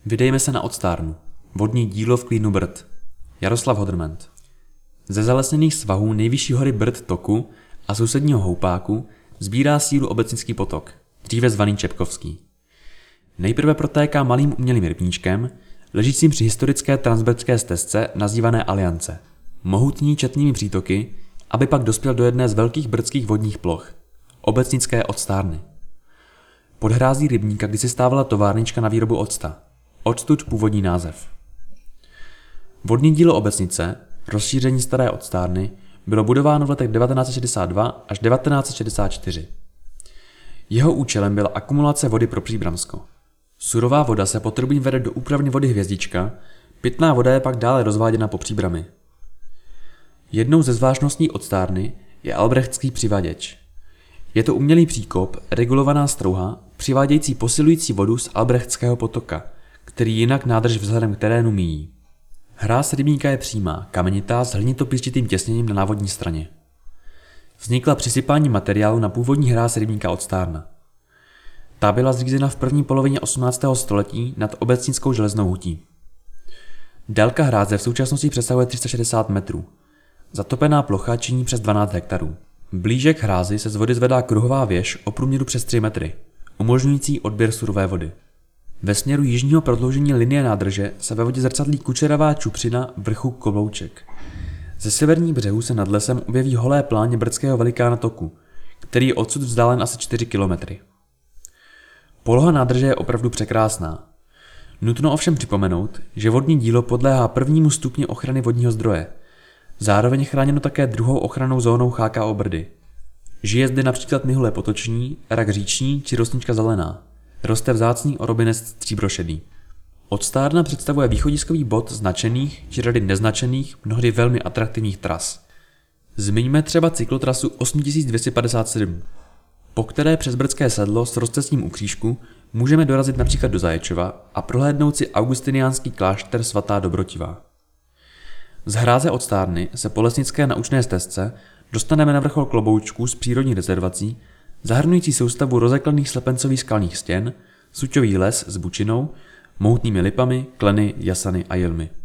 Vydejme se na Odstárnu. Vodní dílo v klínu Brd. Jaroslav Hodrment. Ze zalesněných svahů nejvyšší hory Brd toku a sousedního Houpáku sbírá sílu Obecnický potok, dříve zvaný Čepkovský. Nejprve protéká malým umělým rybníčkem, ležícím při historické transbrdské stezce nazývané Aliance, mohutní četnými přítoky, aby pak dospěl do jedné z velkých brdských vodních ploch, Obecnické Odstárny. Pod hrází rybníka kdysi stávala továrnička na výrobu octa, odtud původní název. Vodní dílo Obecnice, rozšíření staré Odstárny, bylo budováno v letech 1962 až 1964. Jeho účelem byla akumulace vody pro Příbramsko. Surová voda se potrubím vede do úpravny vody Hvězdička, pitná voda je pak dále rozváděna po Příbrami. Jednou ze zvláštností Odstárny je Albrechtský přivaděč. Je to umělý příkop, regulovaná strouha, přivádějící posilující vodu z Albrechtského potoka, který jinak nádrž vzhledem k terénu míjí. Hráz rybníka je přímá, kamenitá s hlinitopísčitým těsněním na návodní straně. Vznikla přisypáním materiálu na původní hráz rybníka Odstárna. Ta byla zřízena v první polovině 18. století nad Obecnickou železnou hutí. Délka hráze v současnosti přesahuje 360 metrů. Zatopená plocha činí přes 12 hektarů. Blíže k hrázi se z vody zvedá kruhová věž o průměru přes 3 metry, umožňující odběr surové vody. Ve směru jižního prodloužení linie nádrže se ve vodě zrcadlí kučeravá čupřina vrchu Koblouček. Ze severní břehu se nad lesem objeví holé pláně brdského velikána toku, který je odsud vzdálen asi 4 kilometry. Poloha nádrže je opravdu překrásná. Nutno ovšem připomenout, že vodní dílo podléhá prvnímu stupni ochrany vodního zdroje. Zároveň je chráněno také druhou ochrannou zónou CHKO Brdy. Žije zde například mihule potoční, rak říční či rosnička zelená. Roste vzácný orobinec stříbrošedý. Odstárna představuje východiskový bod značených či řady neznačených, mnohdy velmi atraktivních tras. Zmiňme třeba cyklotrasu 8257, po které přes Brdské sedlo s rozcestím u křížku můžeme dorazit například do Zaječova a prohlédnout si augustiniánský klášter svatá Dobrotivá. Z hráze Odstárny se po lesnické naučné stezce dostaneme na vrchol Kloboučků z přírodní rezervací, zahrnující soustavu rozeklených slepencových skalních stěn, suťový les s bučinou, mohutnými lipami, kleny, jasany a jilmy.